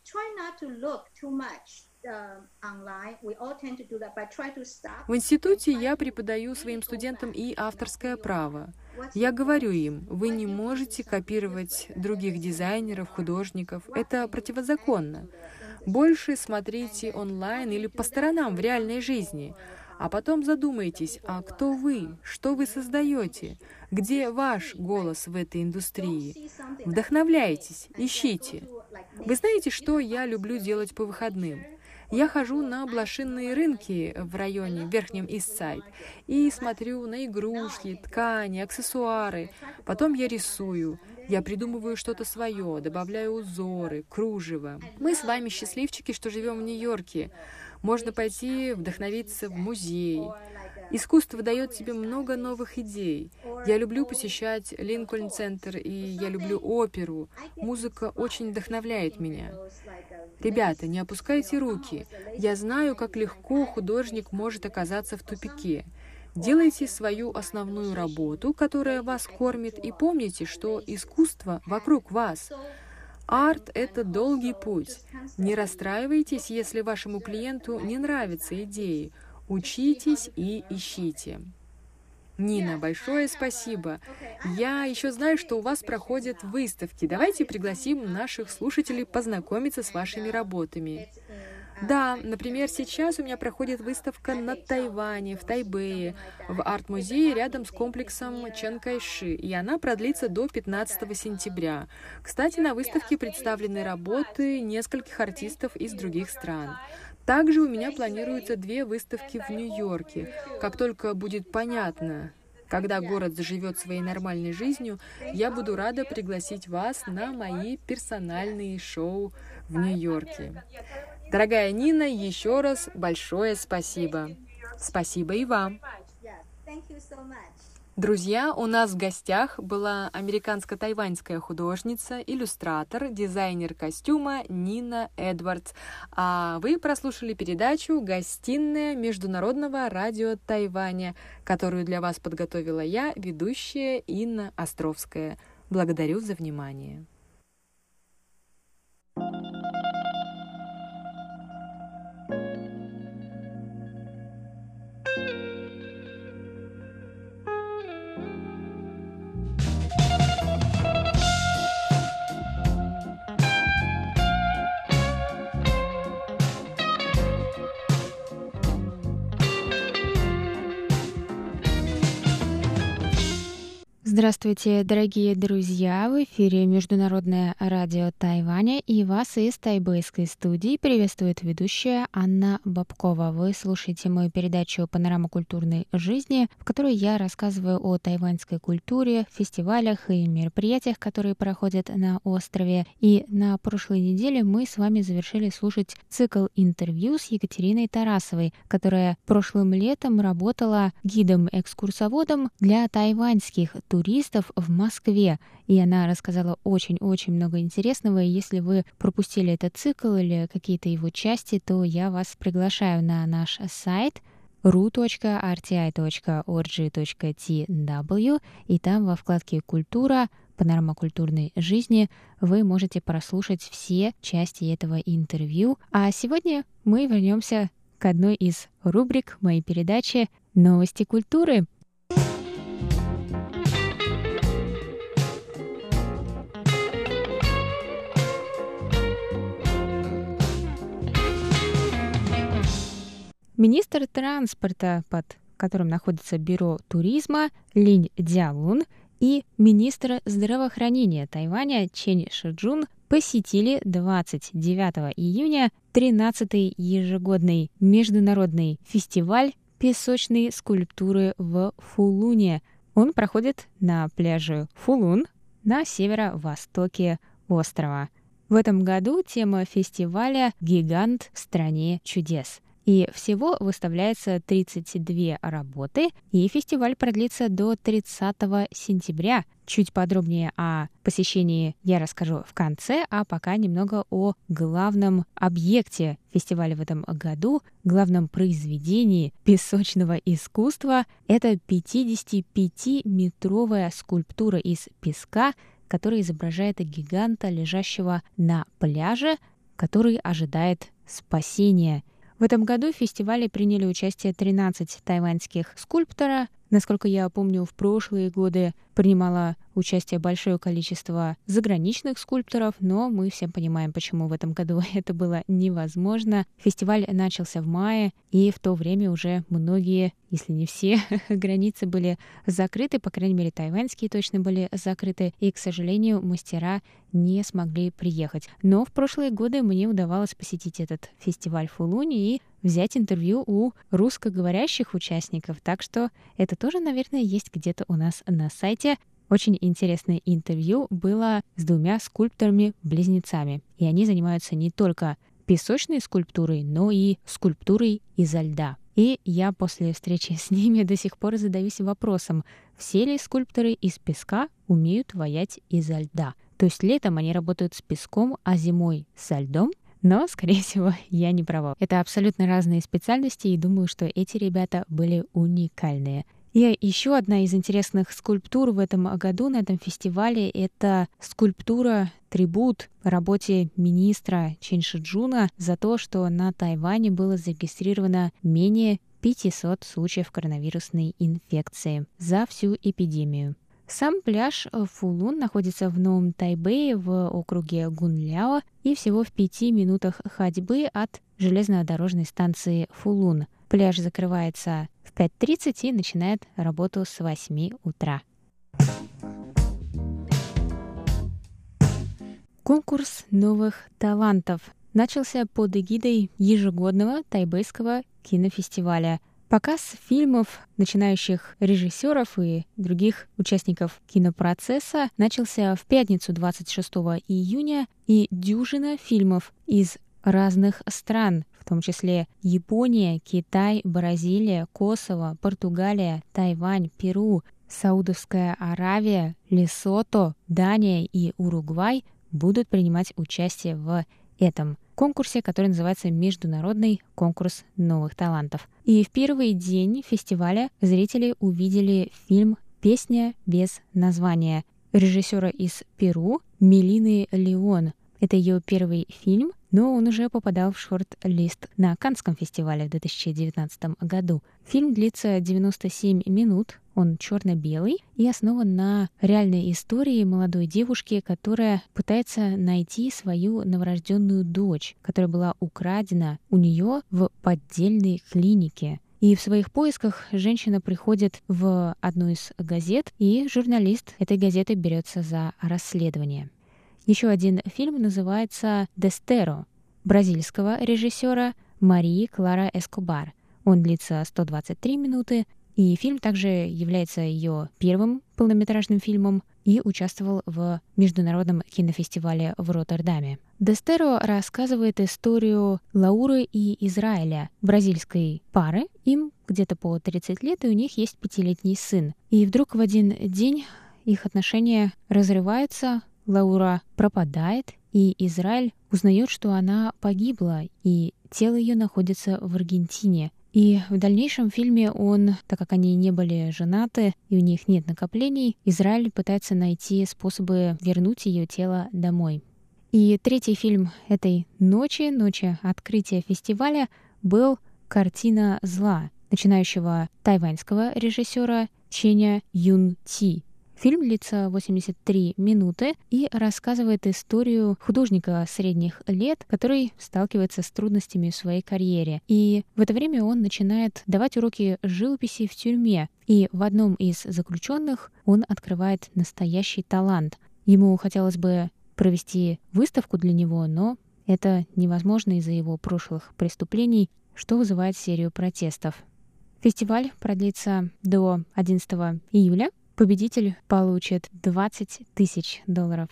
Speaker 8: В институте я преподаю своим студентам и авторское право. Я говорю им, вы не можете копировать других дизайнеров, художников. Это противозаконно. Больше смотрите онлайн или по сторонам в реальной жизни. А потом задумайтесь, а кто вы? Что вы создаете? Где ваш голос в этой индустрии? Вдохновляйтесь, ищите. Вы знаете, что я люблю делать по выходным? Я хожу на блошиные рынки в районе Верхнем Ист-Сайд и смотрю на игрушки, ткани, аксессуары. Потом я рисую. Я придумываю что-то свое, добавляю узоры, кружево. Мы с вами счастливчики, что живем в Нью-Йорке. Можно пойти вдохновиться в музей. Искусство дает тебе много новых идей. Я люблю посещать Линкольн-центр, и я люблю оперу. Музыка очень вдохновляет меня. Ребята, не опускайте руки. Я знаю, как легко художник может оказаться в тупике. Делайте свою основную работу, которая вас кормит, и помните, что искусство вокруг вас. Арт — это долгий путь. Не расстраивайтесь, если вашему клиенту не нравятся идеи. Учитесь и ищите. Нина, большое спасибо. Я еще знаю, что у вас проходят выставки. Давайте пригласим наших слушателей познакомиться с вашими работами. Да, например, сейчас у меня проходит выставка на Тайване, в Тайбэе, в арт-музее рядом с комплексом Чан Кайши, и она продлится до 15 сентября. Кстати, на выставке представлены работы нескольких артистов из других стран. Также у меня планируются 2 выставки в Нью-Йорке. Как только будет понятно, когда город заживет своей нормальной жизнью, я буду рада пригласить вас на мои персональные шоу в Нью-Йорке. Дорогая Нина, еще раз большое спасибо. Спасибо и вам. Друзья, у нас в гостях была американско-тайваньская художница, иллюстратор, дизайнер костюма Нина Эдвардс. А вы прослушали передачу «Гостиная Международного радио Тайваня», которую для вас подготовила я, ведущая Инна Островская. Благодарю за внимание.
Speaker 7: Здравствуйте, дорогие друзья! В эфире Международное радио Тайваня, и вас из тайбэйской студии приветствует ведущая Анна Бабкова. Вы слушаете мою передачу «Панорама культурной жизни», в которой я рассказываю о тайваньской культуре, фестивалях и мероприятиях, которые проходят на острове. И на прошлой неделе мы с вами завершили слушать цикл интервью с Екатериной Тарасовой, которая прошлым летом работала гидом-экскурсоводом для тайваньских туристов в Москве. И она рассказала очень-очень много интересного. И если вы пропустили этот цикл или какие-то его части, то я вас приглашаю на наш сайт ru.rti.org.tw, и там во вкладке «Культура», «Панорама культурной жизни» вы можете прослушать все части этого интервью. А сегодня мы вернемся к одной из рубрик моей передачи «Новости культуры». Министр транспорта, под которым находится Бюро туризма, Линь Дзялун, и министр здравоохранения Тайваня Чен Шиджун посетили 29 июня 13-й ежегодный международный фестиваль песочной скульптуры в Фулуне. Он проходит на пляже Фулун на северо-востоке острова. В этом году тема фестиваля «Гигант в стране чудес». И всего выставляется 32 работы, и фестиваль продлится до 30 сентября. Чуть подробнее о посещении я расскажу в конце, а пока немного о главном объекте фестиваля в этом году, главном произведении песочного искусства. Это 55-метровая скульптура из песка, которая изображает гиганта, лежащего на пляже, который ожидает спасения. В этом году в фестивале приняли участие 13 тайваньских скульпторов. Насколько я помню, в прошлые годы принимало участие большое количество заграничных скульпторов, но мы все понимаем, почему в этом году это было невозможно. Фестиваль начался в мае, и в то время уже многие, если не все, границы были закрыты, по крайней мере, тайваньские точно были закрыты, и, к сожалению, мастера не смогли приехать. Но в прошлые годы мне удавалось посетить этот фестиваль в Фулуне и взять интервью у русскоговорящих участников, так что это тоже, наверное, есть где-то у нас на сайте. Очень интересное интервью было с 2 скульпторами-близнецами, и они занимаются не только песочной скульптурой, но и скульптурой изо льда. И я после встречи с ними до сих пор задаюсь вопросом, все ли скульпторы из песка умеют ваять изо льда. То есть летом они работают с песком, а зимой со льдом? Но, скорее всего, я не права. Это абсолютно разные специальности, и думаю, что эти ребята были уникальные. И еще одна из интересных скульптур в этом году на этом фестивале — это скульптура-трибут работе министра Чен Шиджуна за то, что на Тайване было зарегистрировано менее
Speaker 9: 500 случаев коронавирусной инфекции за всю эпидемию. Сам пляж Фулун находится в Новом Тайбэе в округе Гунляо и всего в 5 минутах ходьбы от железнодорожной станции Фулун. Пляж закрывается в 5:30 и начинает работу с 8 утра. Конкурс новых талантов начался под эгидой ежегодного тайбэйского кинофестиваля. Показ фильмов начинающих режиссеров и других участников кинопроцесса начался в пятницу 26 июня, и дюжина фильмов из разных стран, в том числе Япония, Китай, Бразилия, Косово, Португалия, Тайвань, Перу, Саудовская Аравия, Лесото, Дания и Уругвай, будут принимать участие в этом конкурсе, который называется «Международный конкурс новых талантов». И в первый день фестиваля зрители увидели фильм «Песня без названия» режиссера из Перу Мелины Леон. Это ее первый фильм, но он уже попадал в шорт-лист на Каннском фестивале в 2019 году. Фильм длится 97 минут, он черно-белый и основан на реальной истории молодой девушки, которая пытается найти свою новорожденную дочь, которая была украдена у нее в поддельной клинике. И в своих поисках женщина приходит в одну из газет, и журналист этой газеты берется за расследование. Еще один фильм называется «Дестеро» бразильского режиссера Марии Клара Эскобар. Он длится 123 минуты, и фильм также является ее первым полнометражным фильмом и участвовал в международном кинофестивале в Роттердаме. «Дестеро» рассказывает историю Лауры и Израиля, бразильской пары. Им где-то по 30 лет, и у них есть 5-летний сын. И вдруг в один день их отношения разрываются, Лаура пропадает, и Израиль узнает, что она погибла, и тело ее находится в Аргентине. И в дальнейшем фильме он, так как они не были женаты и у них нет накоплений, Израиль пытается найти способы вернуть ее тело домой. И третий фильм этой ночи открытия фестиваля, был «Картина зла» начинающего тайваньского режиссера Ченя Юн Ти. Фильм длится 83 минуты и рассказывает историю художника средних лет, который сталкивается с трудностями в своей карьере. И в это время он начинает давать уроки живописи в тюрьме. И в одном из заключенных он открывает настоящий талант. Ему хотелось бы провести выставку для него, но это невозможно из-за его прошлых преступлений, что вызывает серию протестов. Фестиваль продлится до 11 июля. Победитель получит $20 тысяч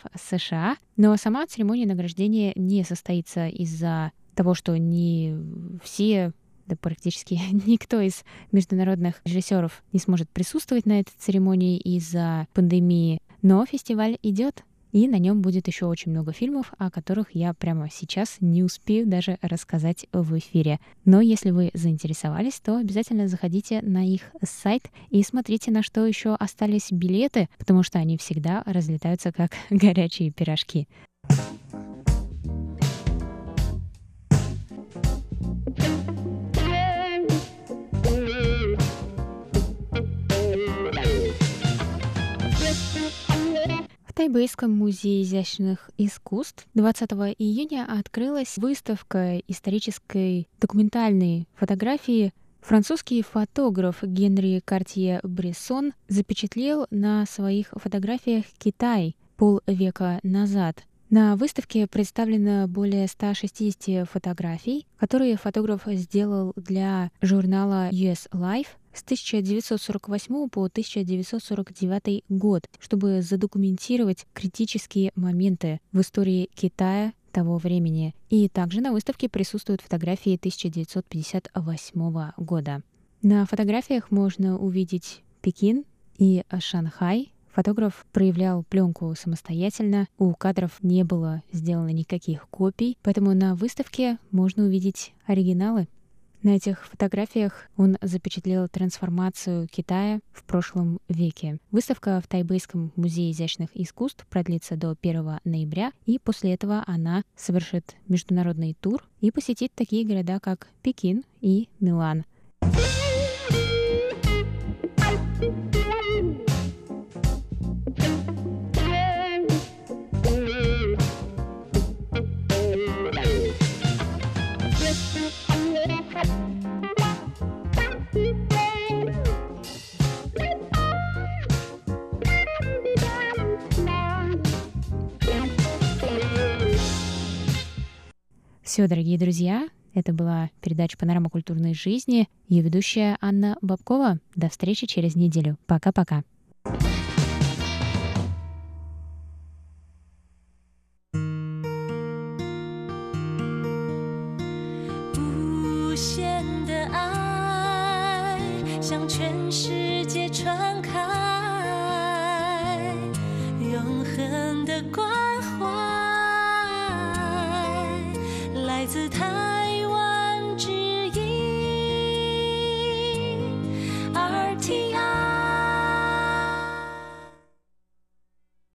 Speaker 9: США, но сама церемония награждения не состоится из-за того, что не все, да практически никто из международных режиссеров не сможет присутствовать на этой церемонии из-за пандемии. Но фестиваль идет, и на нем будет еще очень много фильмов, о которых я прямо сейчас не успею даже рассказать в эфире. Но если вы заинтересовались, то обязательно заходите на их сайт и смотрите, на что еще остались билеты, потому что они всегда разлетаются как горячие пирожки. В Тайбэйском музее изящных искусств 20 июня открылась выставка исторической документальной фотографии. Французский фотограф Генри Картье-Брессон запечатлел на своих фотографиях Китай полвека назад. На выставке представлено более 160 фотографий, которые фотограф сделал для журнала US Life с 1948 по 1949 год, чтобы задокументировать критические моменты в истории Китая того времени. И также на выставке присутствуют фотографии 1958 года. На фотографиях можно увидеть Пекин и Шанхай. Фотограф проявлял пленку самостоятельно, у кадров не было сделано никаких копий, поэтому на выставке можно увидеть оригиналы. На этих фотографиях он запечатлел трансформацию Китая в прошлом веке. Выставка в Тайбэйском музее изящных искусств продлится до 1 ноября, и после этого она совершит международный тур и посетит такие города, как Пекин и Милан. Все, дорогие друзья, это была передача «Панорама культурной жизни». Ее ведущая Анна Бабкова. До встречи через неделю. Пока-пока.
Speaker 10: 无限